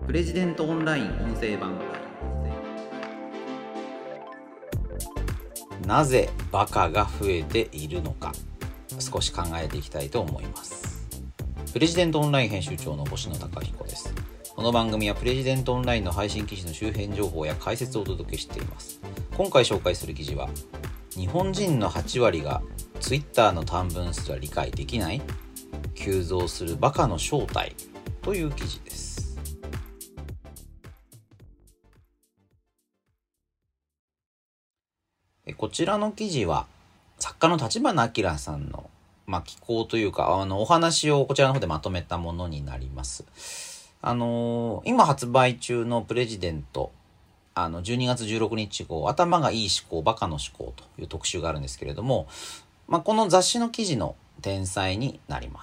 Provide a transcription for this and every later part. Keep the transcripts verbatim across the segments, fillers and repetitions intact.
プレジデントオンライン音声版。 なぜバカが増えているのか、少し考えていきたいと思います。プレジデントオンライン編集長の星野貴彦です。この番組はプレジデントオンラインの配信記事の周辺情報や解説をお届けしています。今回紹介する記事は、日本人のはち割がツイッターの短文すら理解できない、急増するバカの正体という記事です。こちらの記事は作家の立花明さんの、まあ、寄稿というかあのお話をこちらの方でまとめたものになります。あのー、今発売中のプレジデントあのじゅうにがつじゅうろくにち号、頭がいい思考バカの思考という特集があるんですけれども、まあ、この雑誌の記事の転載になります。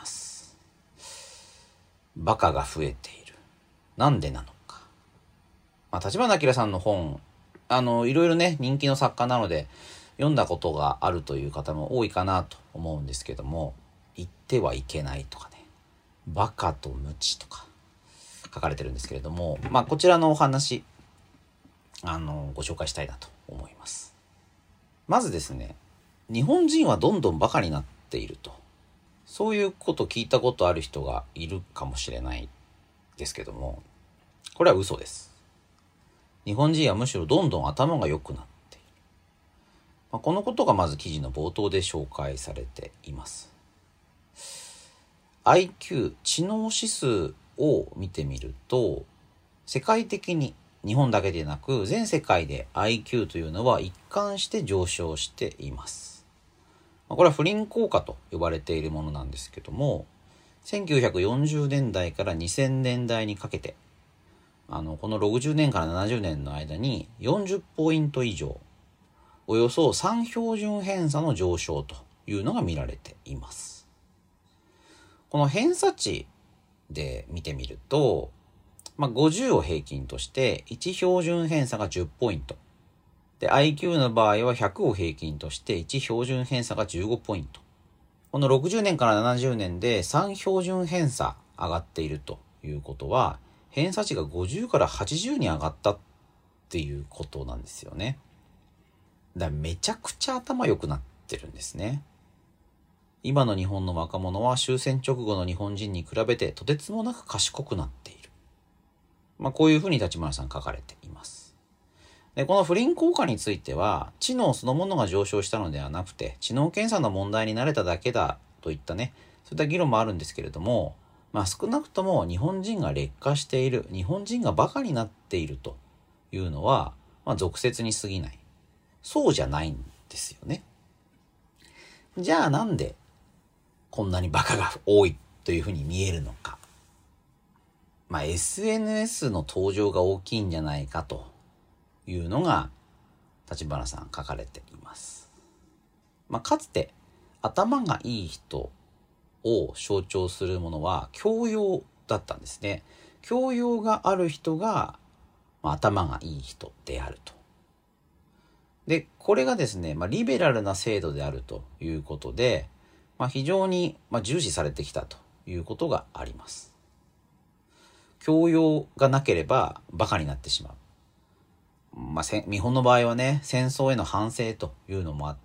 バカが増えている、なんでなのか。まあ、立花明さんの本、あのいろいろね人気の作家なので読んだことがあるという方も多いかなと思うんですけども、言ってはいけないとかね、バカと無知とか書かれてるんですけれども、まあこちらのお話あのご紹介したいなと思います。まずですね、日本人はどんどんバカになっていると、そういうこと聞いたことある人がいるかもしれないですけども、これは嘘です。日本人はむしろどんどん頭が良くなっている。まあ、このことがまず記事の冒頭で紹介されています。アイキュー、知能指数を見てみると、世界的に日本だけでなく全世界で アイキュー というのは一貫して上昇しています。これは不倫効果と呼ばれているものなんですけども、せんきゅうひゃくよんじゅうねんだいからにせんねんだいにかけて、あのこのろくじゅうねんからななじゅうねんの間によんじゅうポイント以上、およそさん標準偏差の上昇というのが見られています。この偏差値で見てみると、まあ、ごじゅうを平均としていち標準偏差がじゅうポイントで、 アイキュー の場合はひゃくを平均としていち標準偏差がじゅうごポイント。このろくじゅうねんからななじゅうねんでさん標準偏差上がっているということは、偏差値がごじゅうからはちじゅうに上がったっていうことなんですよね。だからめちゃくちゃ頭良くなってるんですね。今の日本の若者は終戦直後の日本人に比べてとてつもなく賢くなっている。まあこういうふうに立花さん書かれています。で、この不倫効果については、知能そのものが上昇したのではなくて、知能検査の問題に慣れただけだといったね、そういった議論もあるんですけれども、まあ少なくとも日本人が劣化している、日本人がバカになっているというのは、まあ俗説に過ぎない。そうじゃないんですよね。じゃあなんでこんなにバカが多いというふうに見えるのか。まあ エスエヌエス の登場が大きいんじゃないかというのが立花さん書かれています。まあかつて頭がいい人を象徴するものは教養だったんですね。教養がある人が、まあ、頭がいい人であると。で、これがですね、まあ、リベラルな制度であるということで、まあ、非常に、まあ、重視されてきたということがあります。教養がなければバカになってしまう。まあ、日本の場合はね、戦争への反省というのもあって、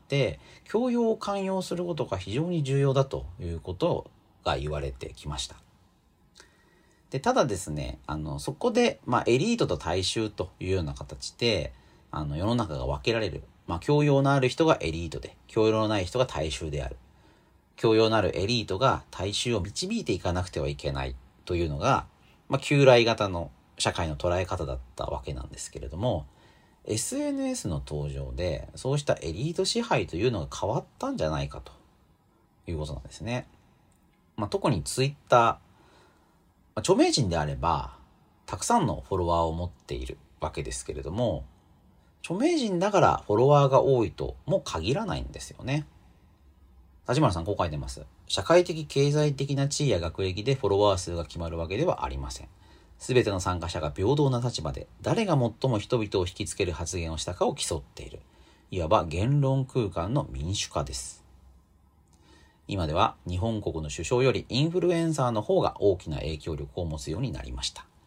教養を寛容することが非常に重要だということが言われてきました。で、ただですね、あの、そこで、まあ、エリートと大衆というような形で、あの、世の中が分けられる。まあ、教養のある人がエリートで、教養のない人が大衆である。教養のあるエリートが大衆を導いていかなくてはいけないというのが、まあ、旧来型の社会の捉え方だったわけなんですけれども、エスエヌエス の登場でそうしたエリート支配というのが変わったんじゃないかということなんですね。まあ、特にツイッター、まあ、著名人であればたくさんのフォロワーを持っているわけですけれども、著名人だからフォロワーが多いとも限らないんですよね。立花さんこう書いてます。社会的経済的な地位や学歴でフォロワー数が決まるわけではありません。すべての参加者が平等な立場で、誰が最も人々を引きつける発言をしたかを競っている。いわば言論空間の民主化です。今では日本国の首相よりインフルエンサーの方が大きな影響力を持つようになりました。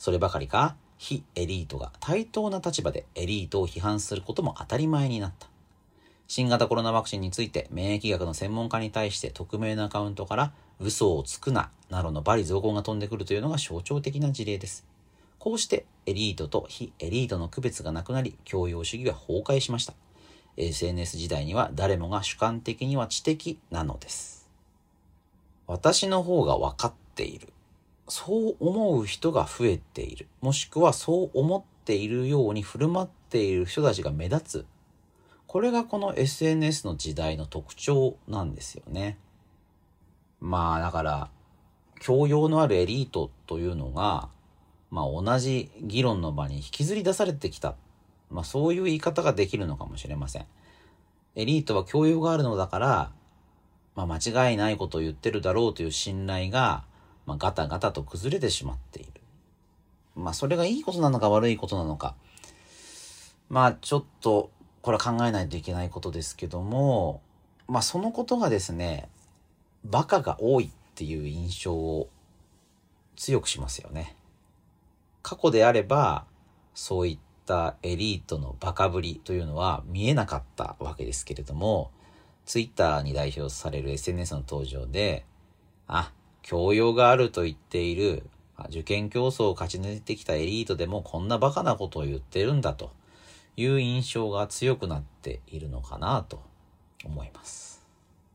そればかりか、非エリートが対等な立場でエリートを批判することも当たり前になった。新型コロナワクチンについて免疫学の専門家に対して匿名のアカウントから嘘をつくななどの罵詈雑言が飛んでくるというのが象徴的な事例です。こうしてエリートと非エリートの区別がなくなり、教養主義は崩壊しました。エスエヌエス 時代には誰もが主観的には知的なのです。私の方が分かっている。そう思う人が増えている。もしくはそう思っているように振る舞っている人たちが目立つ。これがこの エスエヌエス の時代の特徴なんですよね。まあだから、教養のあるエリートというのが、まあ同じ議論の場に引きずり出されてきた。まあそういう言い方ができるのかもしれません。エリートは教養があるのだから、まあ間違いないことを言ってるだろうという信頼が、まあガタガタと崩れてしまっている。まあそれがいいことなのか悪いことなのか。まあちょっと、これは考えないといけないことですけども、まあそのことがですね、バカが多いっていう印象を強くしますよね。過去であれば、そういったエリートのバカぶりというのは見えなかったわけですけれども、ツイッターに代表される エスエヌエス の登場で、あ、教養があると言っている、受験競争を勝ち抜いてきたエリートでもこんなバカなことを言ってるんだという印象が強くなっているのかなと思います。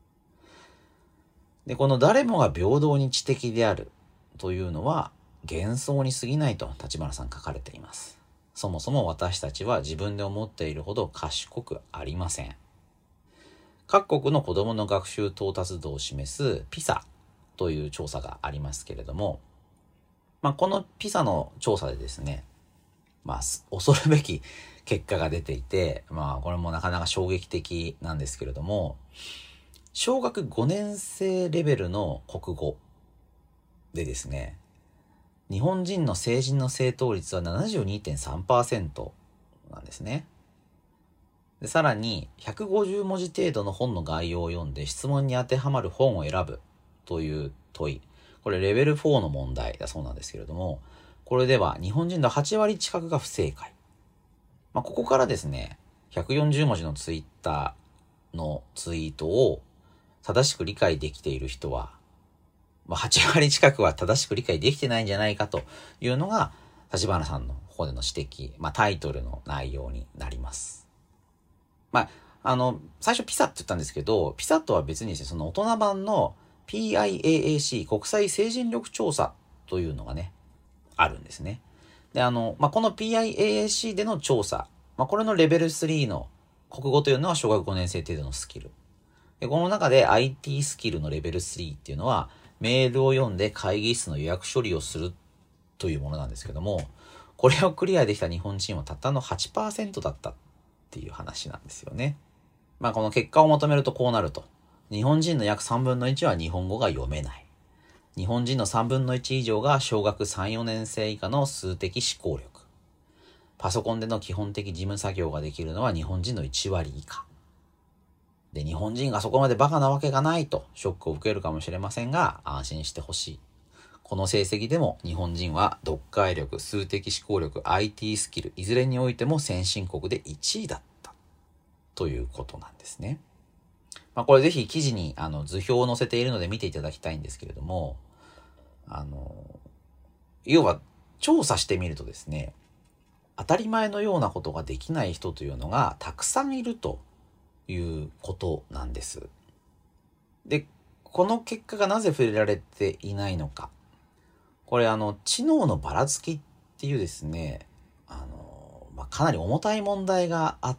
で、この誰もが平等に知的であるというのは幻想に過ぎないと立花さん書かれています。そもそも私たちは自分で思っているほど賢くありません。各国の子どもの学習到達度を示すピサという調査がありますけれども、まあ、このピサの調査でですね、まあ、恐るべき結果が出ていて、まあ、これもなかなか衝撃的なんですけれども、小学ごねん生レベルの国語でですね、日本人の成人の正答率は ななじゅうにてんさんパーセント なんですね。で、さらにひゃくごじゅうもじ程度の本の概要を読んで質問に当てはまる本を選ぶという問い。これレベルフォーの問題だそうなんですけれども、これでは日本人のはちわり近くが不正解。まあ、ここからですね、ひゃくよんじゅうもじのツイッターのツイートを正しく理解できている人は、まあ、はちわり近くは正しく理解できてないんじゃないかというのが立花さんのここでの指摘、まあ、タイトルの内容になります。まあ、あの、最初ピサって言ったんですけど、ピサとは別にですね、その大人版の ピーアイエーエーシー 国際成人力調査というのがね、あるんですね。で、あの、まあ、この ピーアイエーエーシー での調査、まあ、これのレベルスリーの国語というのは小学ごねん生程度のスキル。で、この中で アイティー スキルのレベルスリーっていうのは、メールを読んで会議室の予約処理をするというものなんですけども、これをクリアできた日本人はたったの はちパーセント だったっていう話なんですよね。まあこの結果をまとめるとこうなると。日本人の約さんぶんのいちは日本語が読めない。日本人のさんぶんのいち以上が小学さん、よねん生以下の数的思考力。パソコンでの基本的事務作業ができるのは日本人のいちわり以下。で、日本人がそこまでバカなわけがないとショックを受けるかもしれませんが、安心してほしい。この成績でも日本人は読解力、数的思考力、アイティー スキル、いずれにおいても先進国でいちいだったということなんですね。まあ、これぜひ記事にあの図表を載せているので見ていただきたいんですけれども、あの、要は調査してみるとですね、当たり前のようなことができない人というのがたくさんいるということなんです。で、この結果がなぜ触れられていないのか。これあの、知能のばらつきっていうですね、あの、まあ、かなり重たい問題があって、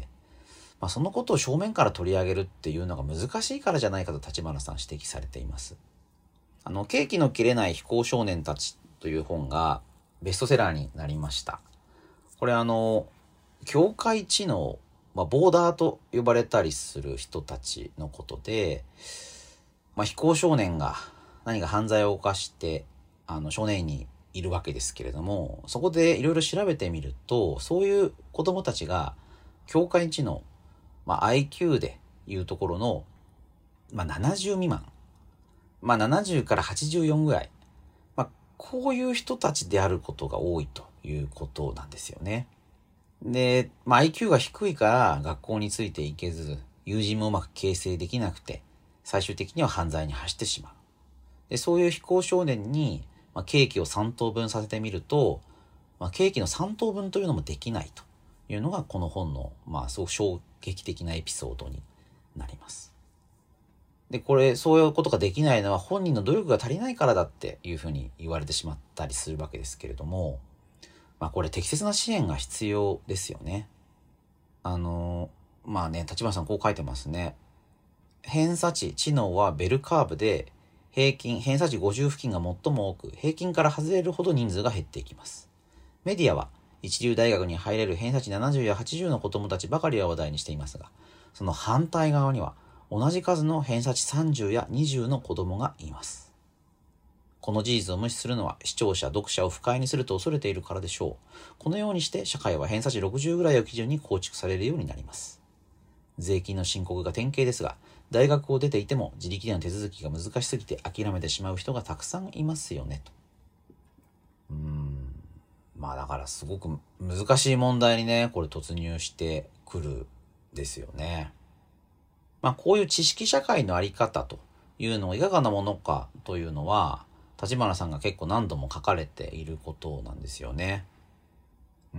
まあ、そのことを正面から取り上げるっていうのが難しいからじゃないかと立花さん指摘されています。あの、ケーキの切れない非行少年たちという本がベストセラーになりました。これあの、境界知能、まあ、ボーダーと呼ばれたりする人たちのことで、まあ、非行少年が何か犯罪を犯してあの少年院にいるわけですけれども、そこでいろいろ調べてみると、そういう子供たちが境界知能、まあ、アイキュー でいうところの、まあ、ななじゅう未満、まあ、ななじゅうからはちじゅうよんぐらい、まあ、 こういう人たちであることが多いということなんですよね。で、まあ、アイキュー が低いから学校についていけず、友人もうまく形成できなくて、最終的には犯罪に走ってしまう。で、そういう非行少年に、まあ、ケーキをさん等分させてみると、まあ、ケーキのさん等分というのもできないというのがこの本の、まあ、すごく衝撃的なエピソードになります。で、これ、そういうことができないのは本人の努力が足りないからだっていうふうに言われてしまったりするわけですけれども、まあこれ適切な支援が必要ですよね。あの、まあね、立花さんこう書いてますね。偏差値、知能はベルカーブで、平均、偏差値ごじゅう付近が最も多く、平均から外れるほど人数が減っていきます。メディアは、一流大学に入れる偏差値ななじゅうやはちじゅうの子供たちばかりを話題にしていますが、その反対側には、同じ数の偏差値さんじゅうやにじゅうの子供がいます。この事実を無視するのは視聴者、読者を不快にすると恐れているからでしょう。このようにして社会は偏差値ろくじゅうぐらいを基準に構築されるようになります。税金の申告が典型ですが、大学を出ていても自力での手続きが難しすぎて諦めてしまう人がたくさんいますよねと。うーん。まあだからすごく難しい問題にね、これ突入してくるですよね。まあこういう知識社会のあり方というのがいかがなものかというのは、立花さんが結構何度も書かれていることなんですよね。うん。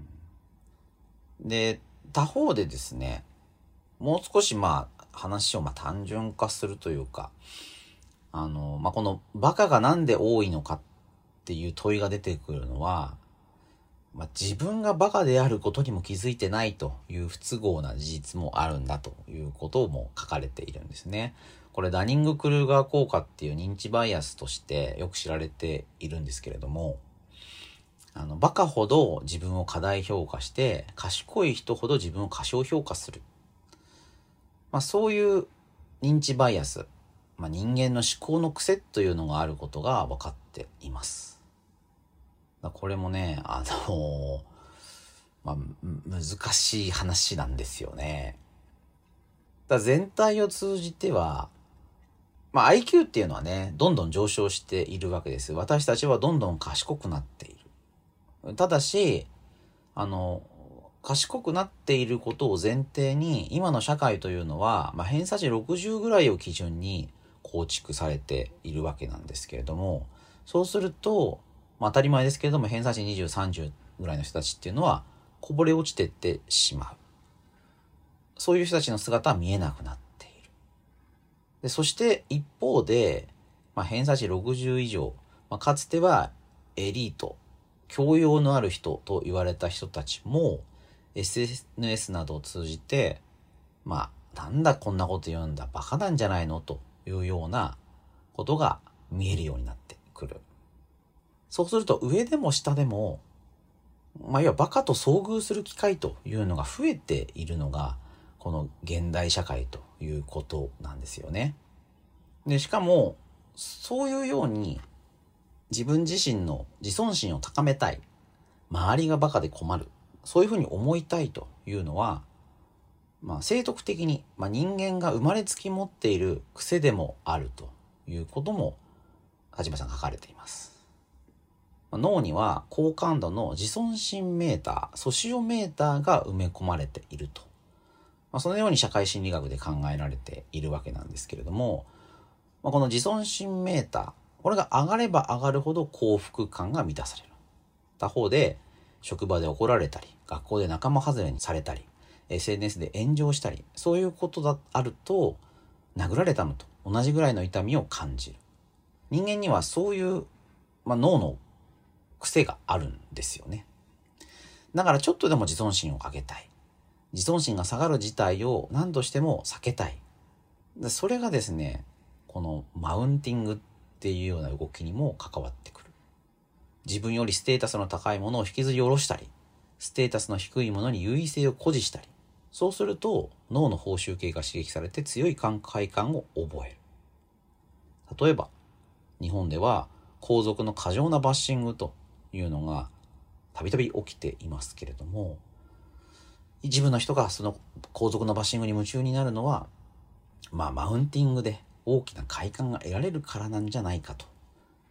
で、他方でですね、もう少しまあ話をまあ単純化するというか、あの、まあこのバカがなんで多いのかっていう問いが出てくるのは、まあ、自分がバカであることにも気づいてないという不都合な事実もあるんだということも書かれているんですね。これダニング・クルーガー効果っていう認知バイアスとしてよく知られているんですけれども、あのバカほど自分を過大評価して賢い人ほど自分を過小評価する、まあ、そういう認知バイアス、まあ、人間の思考の癖というのがあることが分かっています。これもね、あのまあ、難しい話なんですよね。だ全体を通じては、まあ アイキュー っていうのはね、どんどん上昇しているわけです。私たちはどんどん賢くなっている。ただし、あの、賢くなっていることを前提に、今の社会というのは、まあ、偏差値ろくじゅうぐらいを基準に構築されているわけなんですけれども、そうすると、まあ、当たり前ですけれども、偏差値にじゅう、さんじゅうぐらいの人たちっていうのは、こぼれ落ちてってしまう。そういう人たちの姿は見えなくなっている。でそして一方で、まあ、偏差値ろくじゅう以上、まあ、かつてはエリート、教養のある人と言われた人たちも、エスエヌエス などを通じて、まあ、なんだこんなこと言うんだ、バカなんじゃないのというようなことが見えるようになってくる。そうすると上でも下でも、まあ、要はバカと遭遇する機会というのが増えているのが、この現代社会ということなんですよね。で、しかも、そういうように自分自身の自尊心を高めたい。周りがバカで困る。そういうふうに思いたいというのは、まあ、生徳的に、まあ、人間が生まれつき持っている癖でもあるということも、立花さん書かれています。脳には高感度の自尊心メーター、ソシオメーターが埋め込まれていると。まあ、そのように社会心理学で考えられているわけなんですけれども、まあ、この自尊心メーター、これが上がれば上がるほど幸福感が満たされる。他方で、職場で怒られたり、学校で仲間外れにされたり、エスエヌエス で炎上したり、そういうことがあると、殴られたのと同じぐらいの痛みを感じる。人間にはそういう、まあ、脳の癖があるんですよね。だからちょっとでも自尊心を上げたい。自尊心が下がる事態を何としても避けたい。でそれがですね、このマウンティングっていうような動きにも関わってくる。自分よりステータスの高いものを引きずり下ろしたり、ステータスの低いものに優位性を誇示したり、そうすると脳の報酬系が刺激されて強い快感を覚える。例えば、日本では皇族の過剰なバッシングというのがたびたび起きていますけれども、一部の人がその皇族のバッシングに夢中になるのは、まあマウンティングで大きな快感が得られるからなんじゃないかと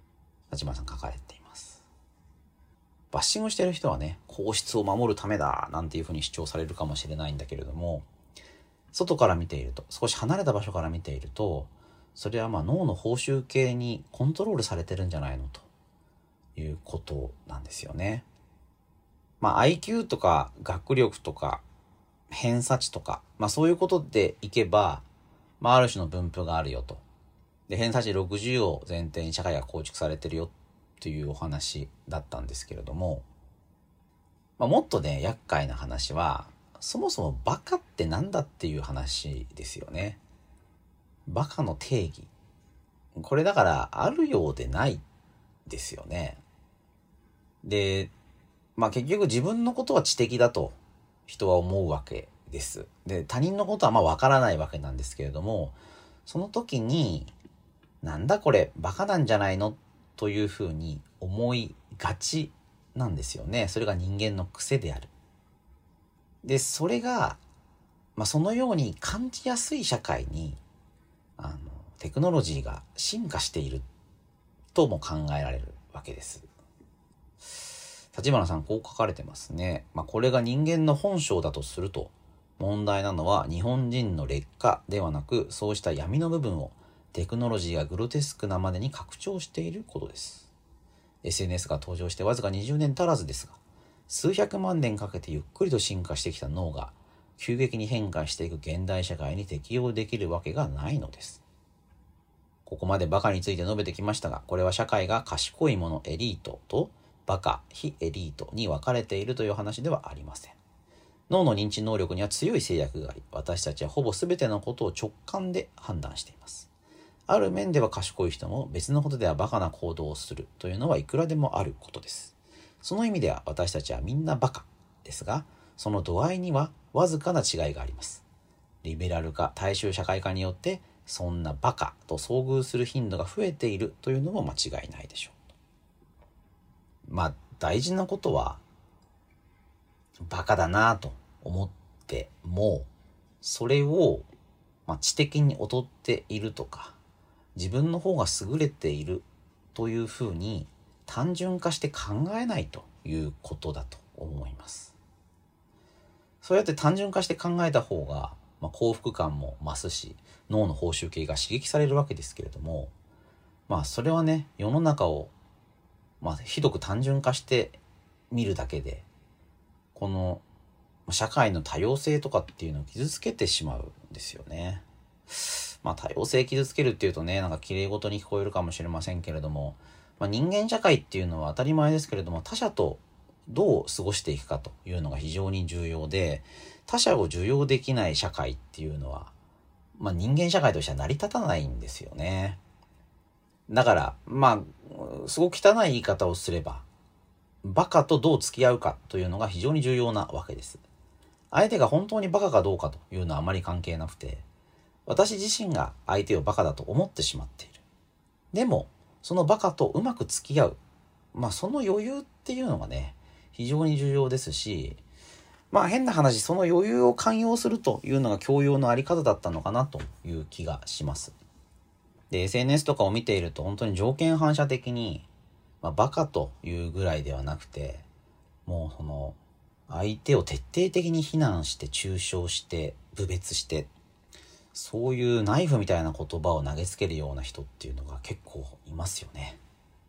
立花さん書かれています。バッシングしてる人はね、皇室を守るためだなんていうふうに主張されるかもしれないんだけれども、外から見ていると、少し離れた場所から見ていると、それはまあ脳の報酬系にコントロールされてるんじゃないのということなんですよね。まあ アイキュー とか学力とか偏差値とか、まあそういうことでいけば、まあある種の分布があるよと。で、偏差値ろくじゅうを前提に社会が構築されてるよというお話だったんですけれども、まあもっとね、厄介な話は、そもそもバカってなんだっていう話ですよね。バカの定義。これだからあるようでないですよね。で、まあ結局自分のことは知的だと人は思うわけです。で、他人のことはまあわからないわけなんですけれども、その時に、なんだこれバカなんじゃないのというふうに思いがちなんですよね。それが人間の癖である。で、それが、まあそのように感じやすい社会に、あの、テクノロジーが進化しているとも考えられるわけです。立花さんこう書かれてますね。まあこれが人間の本性だとすると、問題なのは日本人の劣化ではなく、そうした闇の部分をテクノロジーがグロテスクなまでに拡張していることです。エスエヌエス が登場してわずかにじゅうねん足らずですが、数百万年かけてゆっくりと進化してきた脳が急激に変化していく現代社会に適応できるわけがないのです。ここまでバカについて述べてきましたが、これは社会が賢い者エリートとバカ、非エリートに分かれているという話ではありません。脳の認知能力には強い制約があり、私たちはほぼ全てのことを直感で判断しています。ある面では賢い人も別のことではバカな行動をするというのはいくらでもあることです。その意味では私たちはみんなバカですが、その度合いにはわずかな違いがあります。リベラル化、大衆社会化によってそんなバカと遭遇する頻度が増えているというのも間違いないでしょう。まあ大事なことは、バカだなぁと思っても、それを、まあ、知的に劣っているとか、自分の方が優れているというふうに単純化して考えないということだと思います。そうやって単純化して考えた方が、まあ、幸福感も増すし、脳の報酬系が刺激されるわけですけれども、まあそれはね、世の中を、まあ、ひどく単純化して見るだけで、この社会の多様性とかっていうのを傷つけてしまうんですよね。まあ多様性傷つけるっていうとね、なんか綺麗事に聞こえるかもしれませんけれども、まあ、人間社会っていうのは当たり前ですけれども、他者とどう過ごしていくかというのが非常に重要で、他者を受容できない社会っていうのは、まあ人間社会としては成り立たないんですよね。だから、まあ、すごく汚い言い方をすれば、バカとどう付き合うかというのが非常に重要なわけです。相手が本当にバカかどうかというのはあまり関係なくて、私自身が相手をバカだと思ってしまっている。でも、そのバカとうまく付き合う。まあ、その余裕っていうのがね、非常に重要ですし、まあ変な話、その余裕を寛容するというのが教養のあり方だったのかなという気がします。で、エスエヌエス とかを見ていると本当に条件反射的に、まあ、バカというぐらいではなくて、もうその、相手を徹底的に非難して中傷して侮蔑して、そういうナイフみたいな言葉を投げつけるような人っていうのが結構いますよね。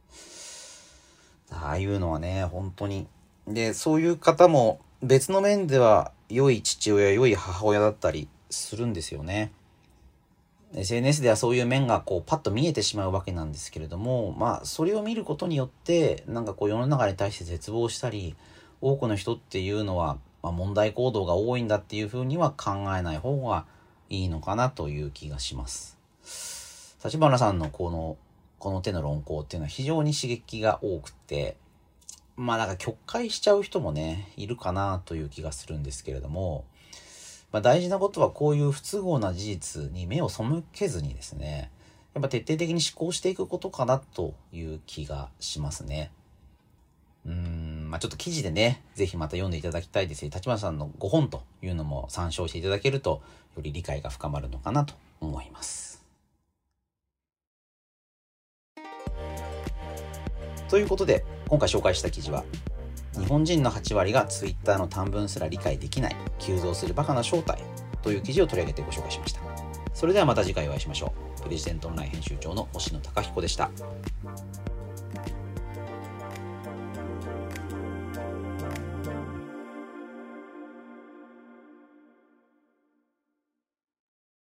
ああいうのはね、本当に。で、そういう方も別の面では良い父親、良い母親だったりするんですよね。エスエヌエス ではそういう面がこうパッと見えてしまうわけなんですけれども、まあそれを見ることによってなんかこう世の中に対して絶望したり、多くの人っていうのは、まあ、問題行動が多いんだっていうふうには考えない方がいいのかなという気がします。立花さんのこのこの手の論考っていうのは非常に刺激が多くて、まあなんか曲解しちゃう人もねいるかなという気がするんですけれども、まあ、大事なことはこういう不都合な事実に目を背けずにですね、やっぱ徹底的に思考していくことかなという気がしますね。うーん、まあちょっと記事でね、ぜひまた読んでいただきたいですし、立花さんのご本というのも参照していただけると、より理解が深まるのかなと思います。 ということで、今回紹介した記事は、日本人のはち割が Twitter の短文すら理解できない急増するバカな正体という記事を取り上げてご紹介しました。それではまた次回お会いしましょう。プレジデントオンライン編集長の星野貴彦でした。